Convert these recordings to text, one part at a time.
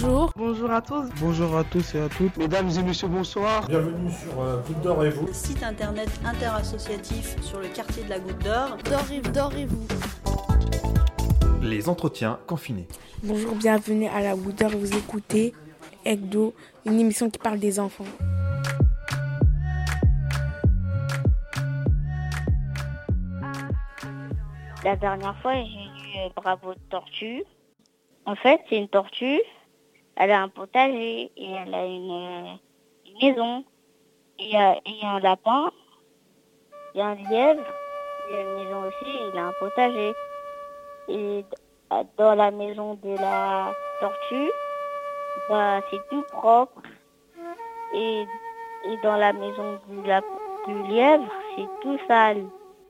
Bonjour. Bonjour à tous. Bonjour à tous et à toutes. Mesdames et messieurs, bonsoir. Bienvenue sur Goutte d'Or et vous. Le site internet interassociatif sur le quartier de la Goutte d'Or. D'or et vous. Les entretiens confinés. Bonjour, bienvenue à la Goutte d'Or. Vous écoutez Ecdo, une émission qui parle des enfants. La dernière fois, j'ai lu Bravo Tortue. En fait, c'est une tortue. Elle a un potager et elle a une maison. Il y a un lapin, il y a un lièvre, il y a une maison aussi, il a un potager. Et dans la maison de la tortue, c'est tout propre. Et dans la maison du lièvre, c'est tout sale.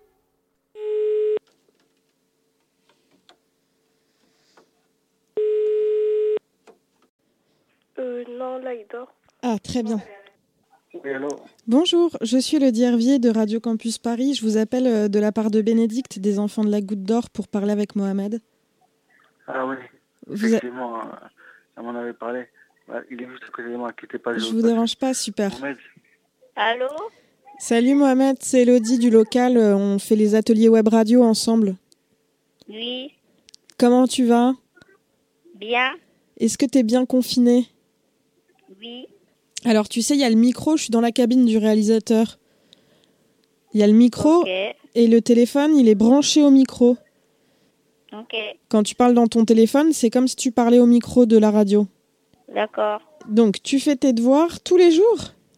Non, là, il dort. Ah, très bien. Oui, allô. Bonjour, je suis le Hervier de Radio Campus Paris. Je vous appelle de la part de Bénédicte des Enfants de la Goutte d'Or pour parler avec Mohamed. Ah oui, effectivement, elle m'en avait parlé. Il est juste à côté de moi, quittez pas. Je vous dérange pas, super. Mohamed. Allô? Salut Mohamed, c'est Elodie du local. On fait les ateliers web radio ensemble. Oui. Comment tu vas? Bien. Est-ce que t'es bien confiné? Oui. Alors tu sais, il y a le micro, je suis dans la cabine du réalisateur. Il y a le micro Okay. Et le téléphone, il est branché au micro. Ok. Quand tu parles dans ton téléphone, c'est comme si tu parlais au micro de la radio. D'accord. Donc tu fais tes devoirs tous les jours?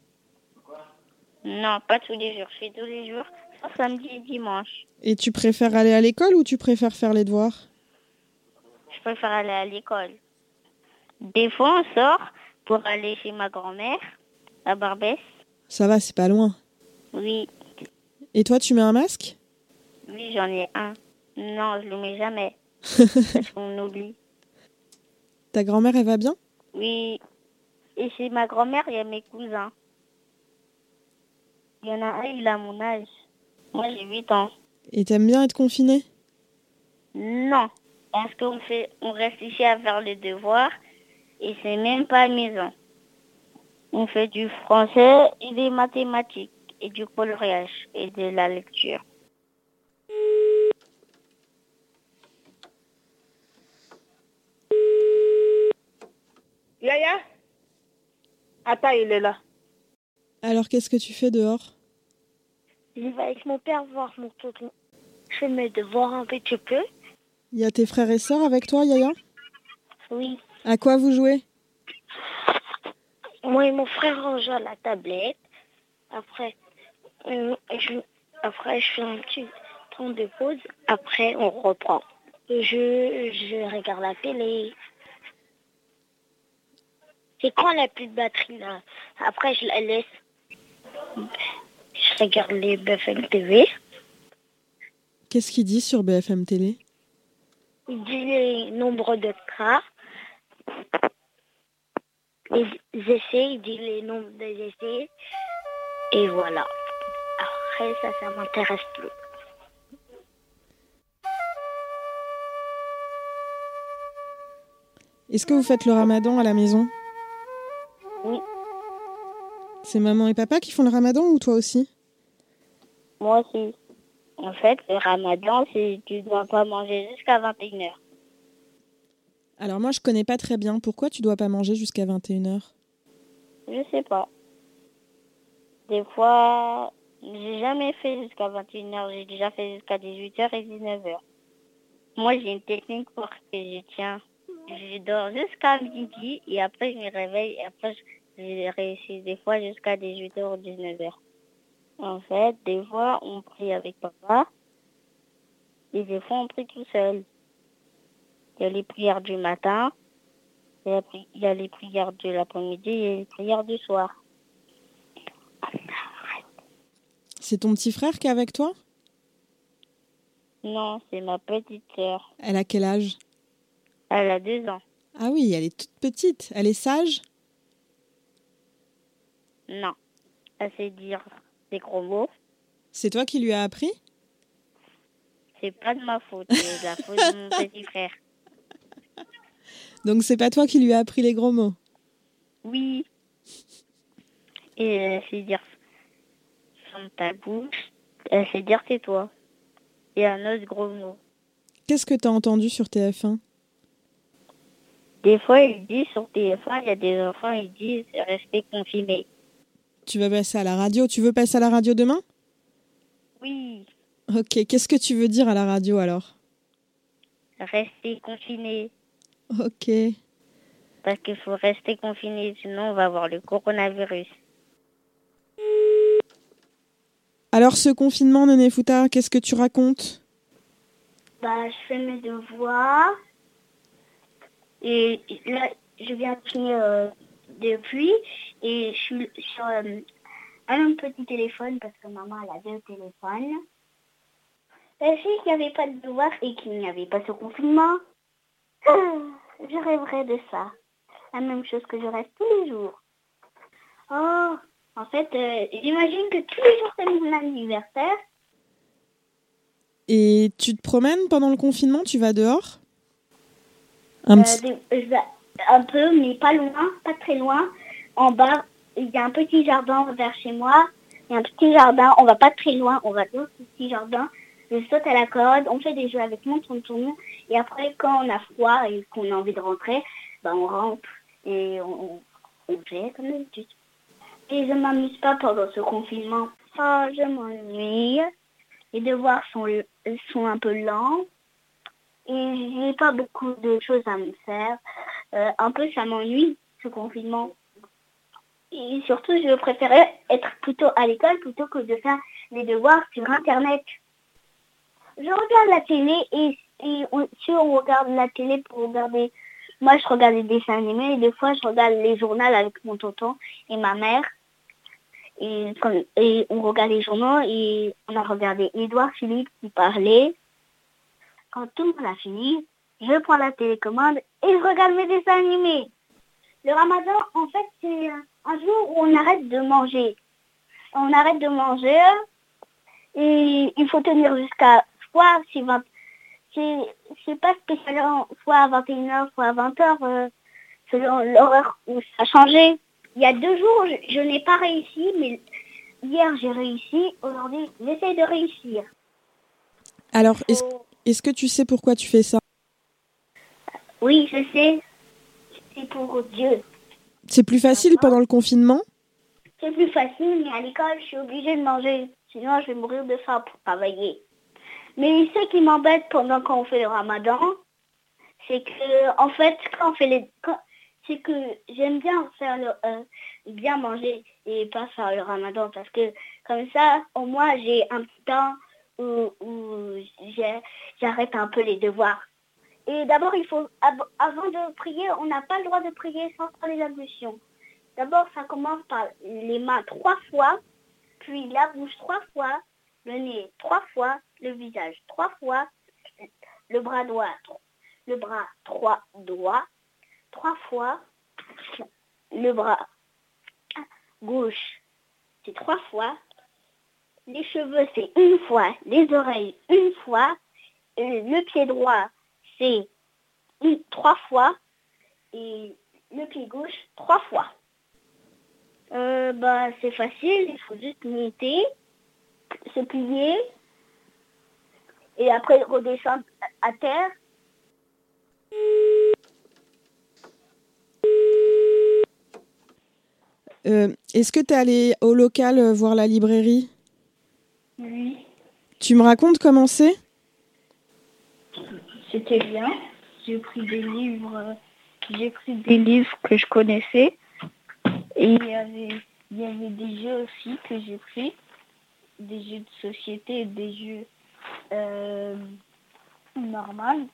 Non, pas tous les jours. Je fais tous les jours, sauf samedi et dimanche. Et tu préfères aller à l'école ou tu préfères faire les devoirs? Je préfère aller à l'école. Des fois, on sort pour aller chez ma grand-mère, à Barbès. Ça va, c'est pas loin. Oui. Et toi, tu mets un masque? Oui, j'en ai un. Non, je le mets jamais. Parce qu'on oublie. Ta grand-mère, elle va bien? Oui. Et chez ma grand-mère, il y a mes cousins. Il y en a un, il a mon âge. Moi, j'ai 8 ans. Et t'aimes bien être confiné? Non. Parce on reste ici à faire les devoirs. Et c'est même pas amusant. On fait du français et des mathématiques. Et du coloriage et de la lecture. Yaya? Attends, il est là. Alors, qu'est-ce que tu fais dehors? Je vais avec mon père voir mon tonton. Je fais mes devoirs un petit peu. Il y a tes frères et sœurs avec toi, Yaya? Oui. À quoi vous jouez? Moi et mon frère, on joue à la tablette. Après, je fais un petit temps de pause. Après, on reprend. Je regarde la télé. C'est quand elle n'a plus de batterie, là. Après, je la laisse. Je regarde les BFM TV. Qu'est-ce qu'il dit sur BFM Télé? Il dit les nombres de cas. Les essais, il dit les nombres des essais. Et voilà. Après, ça m'intéresse plus. Est-ce que vous faites le ramadan à la maison? Oui. C'est maman et papa qui font le ramadan ou toi aussi? Moi aussi. En fait, le ramadan, c'est tu dois pas manger jusqu'à 21h. Alors moi, je connais pas très bien. Pourquoi tu dois pas manger jusqu'à 21h? Je sais pas. Des fois, j'ai jamais fait jusqu'à 21h. J'ai déjà fait jusqu'à 18h et 19h. Moi, j'ai une technique pour que je tiens. Je dors jusqu'à midi et après, je me réveille et après, je réussis des fois jusqu'à 18h ou 19h. En fait, des fois, on prie avec papa et des fois, on prie tout seul. Il y a les prières du matin, il y a les prières de l'après-midi et les prières du soir. C'est ton petit frère qui est avec toi? Non, c'est ma petite sœur. Elle a quel âge? Elle a 2 ans. Ah oui, elle est toute petite. Elle est sage? Non. Elle sait dire des gros mots. C'est toi qui lui as appris? C'est pas de ma faute, c'est de la faute de mon petit frère. Donc c'est pas toi qui lui as appris les gros mots? Oui. Et c'est dire ferme ta bouche. C'est dire tais-toi. Et un autre gros mot. Qu'est-ce que t'as entendu sur TF1? Des fois, ils disent sur TF1, il y a des enfants, ils disent restez confinés. Tu vas passer à la radio. Tu veux passer à la radio demain? Oui. Ok, qu'est-ce que tu veux dire à la radio alors? Restez confinés. Ok. Parce qu'il faut rester confiné, sinon on va avoir le coronavirus. Alors ce confinement, Néné Fouta, qu'est-ce que tu racontes? Je fais mes devoirs. Et là, je viens de finir depuis. Et je suis sur un petit téléphone parce que maman elle a deux téléphones. Si il n'y avait pas de devoirs et qu'il n'y avait pas ce confinement, je rêverais de ça. La même chose que je reste tous les jours. Oh, en fait, j'imagine que tous les jours c'est mon anniversaire. Et tu te promènes pendant le confinement? Tu vas dehors? Un peu, mais pas loin, pas très loin. En bas, il y a un petit jardin vers chez moi. Il y a un petit jardin, on va pas très loin, on va dans ce petit jardin. Je saute à la corde, on fait des jeux avec mon tonton. Et après, quand on a froid et qu'on a envie de rentrer, on rentre et on fait comme d'habitude. Et je m'amuse pas pendant ce confinement. Je m'ennuie. Les devoirs sont un peu lents. Et j'ai pas beaucoup de choses à me faire. Un peu, ça m'ennuie, ce confinement. Et surtout, je préférais être plutôt à l'école plutôt que de faire les devoirs sur Internet. Je regarde la télé et si on regarde la télé pour regarder... Moi, je regarde les dessins animés et des fois, je regarde les journaux avec mon tonton et ma mère. Et on regarde les journaux et on a regardé Édouard Philippe qui parlait. Quand tout le monde a fini, je prends la télécommande et je regarde mes dessins animés. Le ramadan, en fait, c'est un jour où on arrête de manger. On arrête de manger et il faut tenir jusqu'à soit c'est pas spécialement soit à 21h, soit à 20h, selon l'horaire où ça a changé. Il y a 2 jours, je n'ai pas réussi, mais hier j'ai réussi. Aujourd'hui, j'essaie de réussir. Alors, est-ce que tu sais pourquoi tu fais ça? Oui, je sais. C'est pour Dieu. C'est plus facile pendant le confinement? C'est plus facile, mais à l'école, je suis obligée de manger. Sinon, je vais mourir de faim pour travailler. Mais ce qui m'embête quand on fait le ramadan, c'est que, en fait, c'est que j'aime bien faire bien manger et pas faire le ramadan. Parce que, comme ça, au moins, j'ai un petit temps où j'arrête un peu les devoirs. Et d'abord, avant de prier, on n'a pas le droit de prier sans faire les ablutions. D'abord, ça commence par les mains 3 fois, puis la bouche 3 fois, le nez 3 fois, le visage 3 fois, le bras 3 doigts, 3 fois, le bras gauche c'est 3 fois, les cheveux c'est 1 fois, les oreilles 1 fois, le pied droit c'est 3 fois et le pied gauche 3 fois. C'est facile, il faut juste monter, se plier et après redescendre à terre. Est-ce que tu es allé au local voir la librairie? Oui. Tu me racontes comment c'est? C'était bien. J'ai pris des livres que je connaissais. Et il y avait des jeux aussi que j'ai pris. Des jeux de société et des jeux normaux.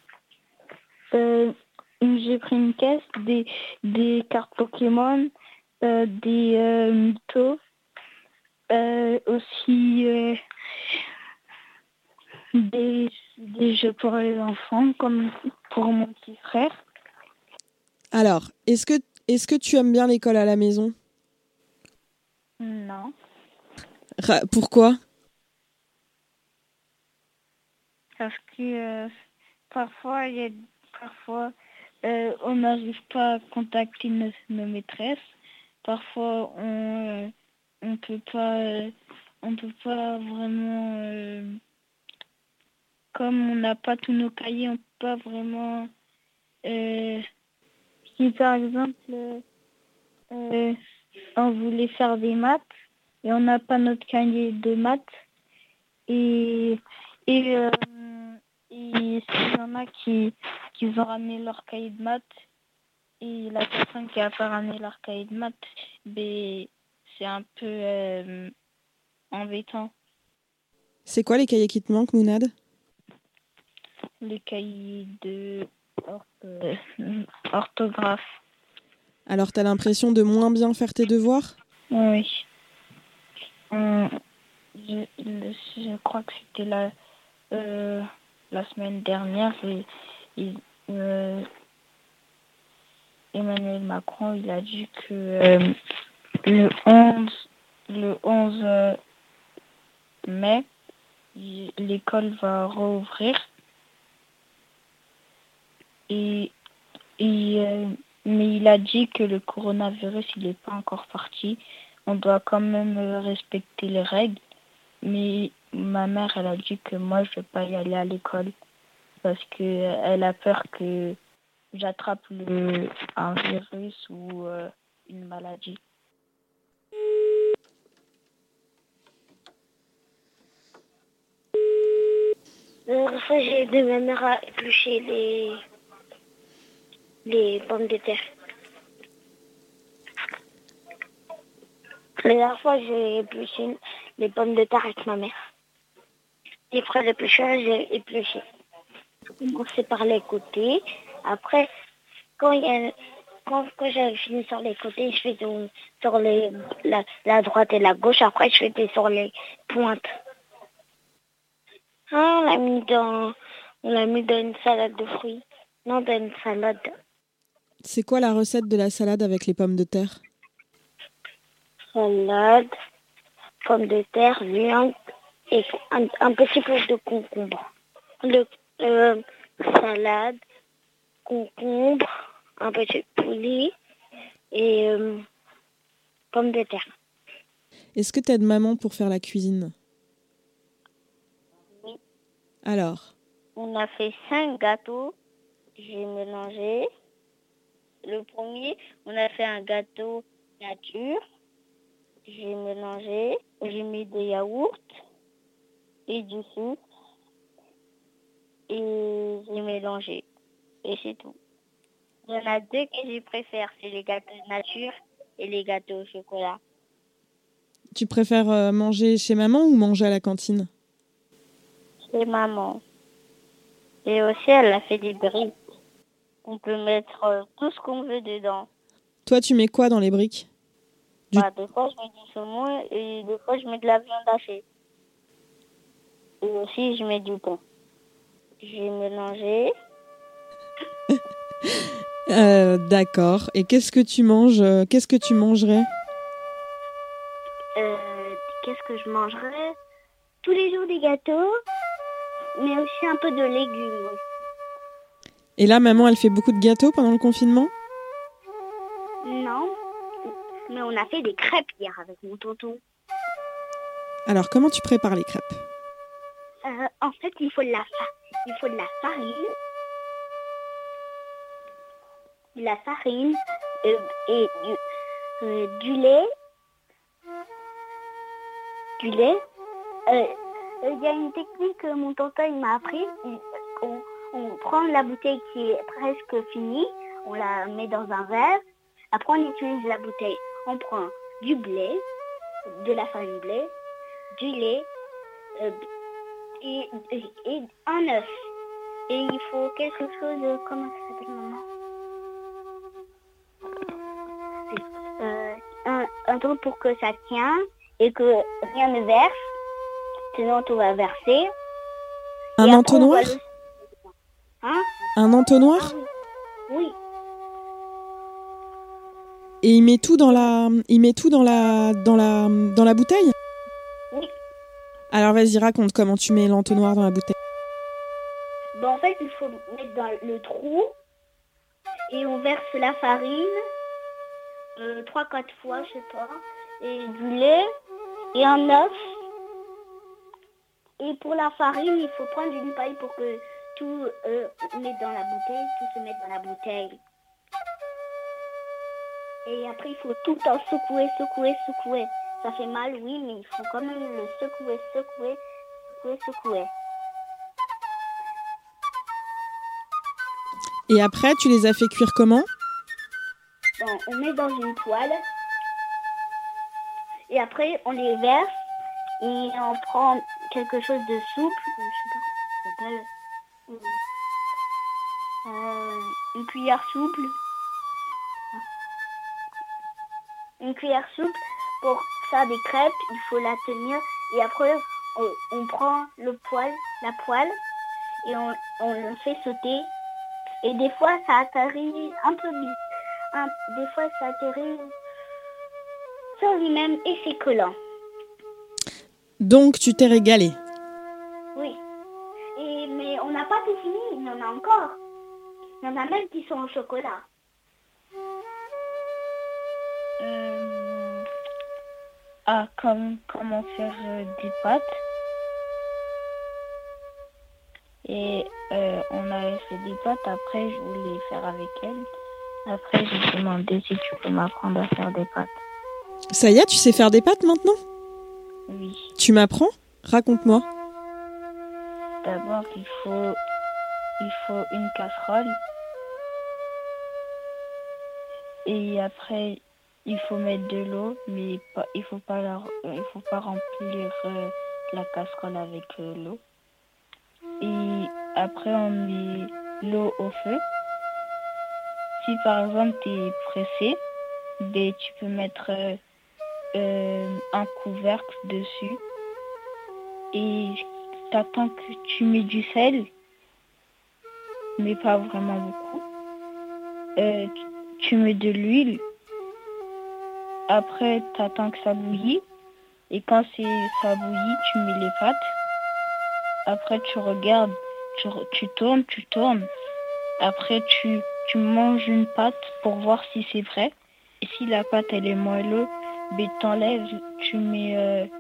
J'ai pris une caisse, des cartes Pokémon, des mythos, aussi des jeux pour les enfants, comme pour mon petit frère. Alors, est-ce que tu aimes bien l'école à la maison? Non. Pourquoi? Parce que parfois on n'arrive pas à contacter nos maîtresses. Parfois, on peut pas vraiment, comme on n'a pas tous nos cahiers, on peut pas vraiment. Si par exemple, on voulait faire des maths et on n'a pas notre cahier de maths et s'il y en a qui ont ramené leur cahier de maths et la personne qui a pas ramené leur cahier de maths, ben, c'est un peu embêtant. C'est quoi les cahiers qui te manquent, Mounad? Les cahiers de orthographe. Alors, t'as l'impression de moins bien faire tes devoirs? Oui. Je crois que c'était la semaine dernière. Emmanuel Macron, il a dit que le 11 mai, l'école va rouvrir. Mais il a dit que le coronavirus, il n'est pas encore parti. On doit quand même respecter les règles. Mais ma mère, elle a dit que moi, je ne vais pas y aller à l'école parce qu'elle a peur que j'attrape un virus ou une maladie. Ça, j'ai aidé ma mère à éplucher les pommes de terre. La dernière fois, j'ai épluché les pommes de terre avec ma mère. Et après l'épluchage, j'ai épluché. J'ai commencé par les côtés. Après, quand j'avais fini sur les côtés, je faisais sur la droite et la gauche. Après, je faisais sur les pointes. Ah, on l'a mis dans une salade de fruits. Non, dans une salade. C'est quoi la recette de la salade avec les pommes de terre? Salade, pommes de terre, viande et un petit peu de concombre. Salade, concombre, un petit poulet et pommes de terre. Est-ce que t'aides maman pour faire la cuisine? Oui. Alors? On a fait 5 gâteaux. J'ai mélangé. Le premier, on a fait un gâteau nature. J'ai mélangé. J'ai mis des yaourts et du sucre. Et j'ai mélangé. Et c'est tout. Il y en a 2 que je préfère. C'est les gâteaux nature et les gâteaux au chocolat. Tu préfères manger chez maman ou manger à la cantine? Chez maman. Et aussi, elle a fait des briques. On peut mettre tout ce qu'on veut dedans. Toi, tu mets quoi dans les briques? Des fois, je mets du saumon et des fois, je mets de la viande hachée. Et aussi, je mets du pain. J'ai mélangé. D'accord. Et qu'est-ce que tu manges? Qu'est-ce que tu mangerais? Qu'est-ce que je mangerais? Tous les jours des gâteaux, mais aussi un peu de légumes. Et là, maman, elle fait beaucoup de gâteaux pendant le confinement? Non, mais on a fait des crêpes hier avec mon tonton. Alors, comment tu prépares les crêpes? En fait, il faut de la farine, et du lait. Il y a une technique que mon tonton il m'a appris. On prend la bouteille qui est presque finie, on la met dans un verre. Après, on utilise la bouteille. On prend du blé, de la farine blé, du lait et un œuf. Et il faut quelque chose, comment ça s'appelle, maman? Un truc pour que ça tient et que rien ne verse. Sinon, tout va verser. Un entonnoir? Hein? Un entonnoir? Oui. Et il met tout dans la bouteille? Oui. Alors vas-y, raconte comment tu mets l'entonnoir dans la bouteille. En fait, il faut mettre dans le trou et on verse la farine 3-4 fois, je sais pas, et du lait et un œuf. Et pour la farine, il faut prendre une paille pour que tout mette dans la bouteille, tout se mette dans la bouteille. Et après, il faut tout le temps secouer, secouer, secouer. Ça fait mal, oui, mais il faut quand même le secouer, secouer, secouer, secouer. Et après, tu les as fait cuire comment ? Bon, on met dans une poêle. Et après, on les verse. Et on prend quelque chose de souple. Je sais pas comment ça s'appelle. Une cuillère souple. Une cuillère souple pour faire des crêpes. Il faut la tenir. Et après, on prend la poêle. Et on le fait sauter. Et des fois, ça atterrit un peu vite. Des fois, ça atterrit sur lui-même et c'est collant. Donc, tu t'es régalé. Oui. Mais on n'a pas tout fini, il y en a encore. Il y en a même qui sont au chocolat. Comment faire des pâtes. Et on a fait des pâtes, après je voulais faire avec elle. Après j'ai demandé si tu peux m'apprendre à faire des pâtes. Ça y est, tu sais faire des pâtes maintenant ? Oui. Tu m'apprends ? Raconte-moi. D'abord il faut une casserole. Et après il faut mettre de l'eau, mais il faut pas remplir la casserole avec l'eau. Et après, on met l'eau au feu. Si par exemple tu es pressé, tu peux mettre un couvercle dessus. Et t'attends que tu mets du sel, mais pas vraiment beaucoup. Tu mets de l'huile. Après, t'attends que ça bouillit. Et quand ça bouillit, tu mets les pâtes. Après, tu regardes, tu tournes. Après, tu manges une pâte pour voir si c'est prêt. Et si la pâte, elle est moelleuse, t'enlèves, tu mets...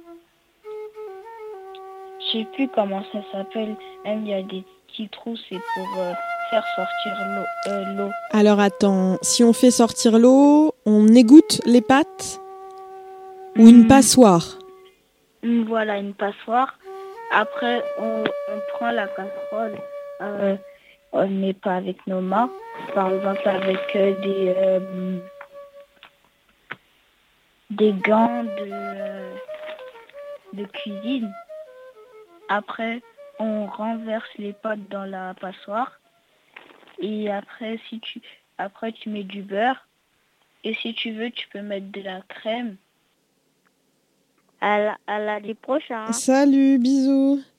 je sais plus comment ça s'appelle. Même, il y a des petits trous, c'est pour faire sortir l'eau. Alors, attends. Si on fait sortir l'eau, on égoutte les pâtes ou une passoire ? Voilà, une passoire. Après, on prend la casserole, on ne met pas avec nos mains, par exemple avec des gants de cuisine. Après, on renverse les pâtes dans la passoire. Et après, tu mets du beurre. Et si tu veux, tu peux mettre de la crème. À lundi prochain. Salut, bisous.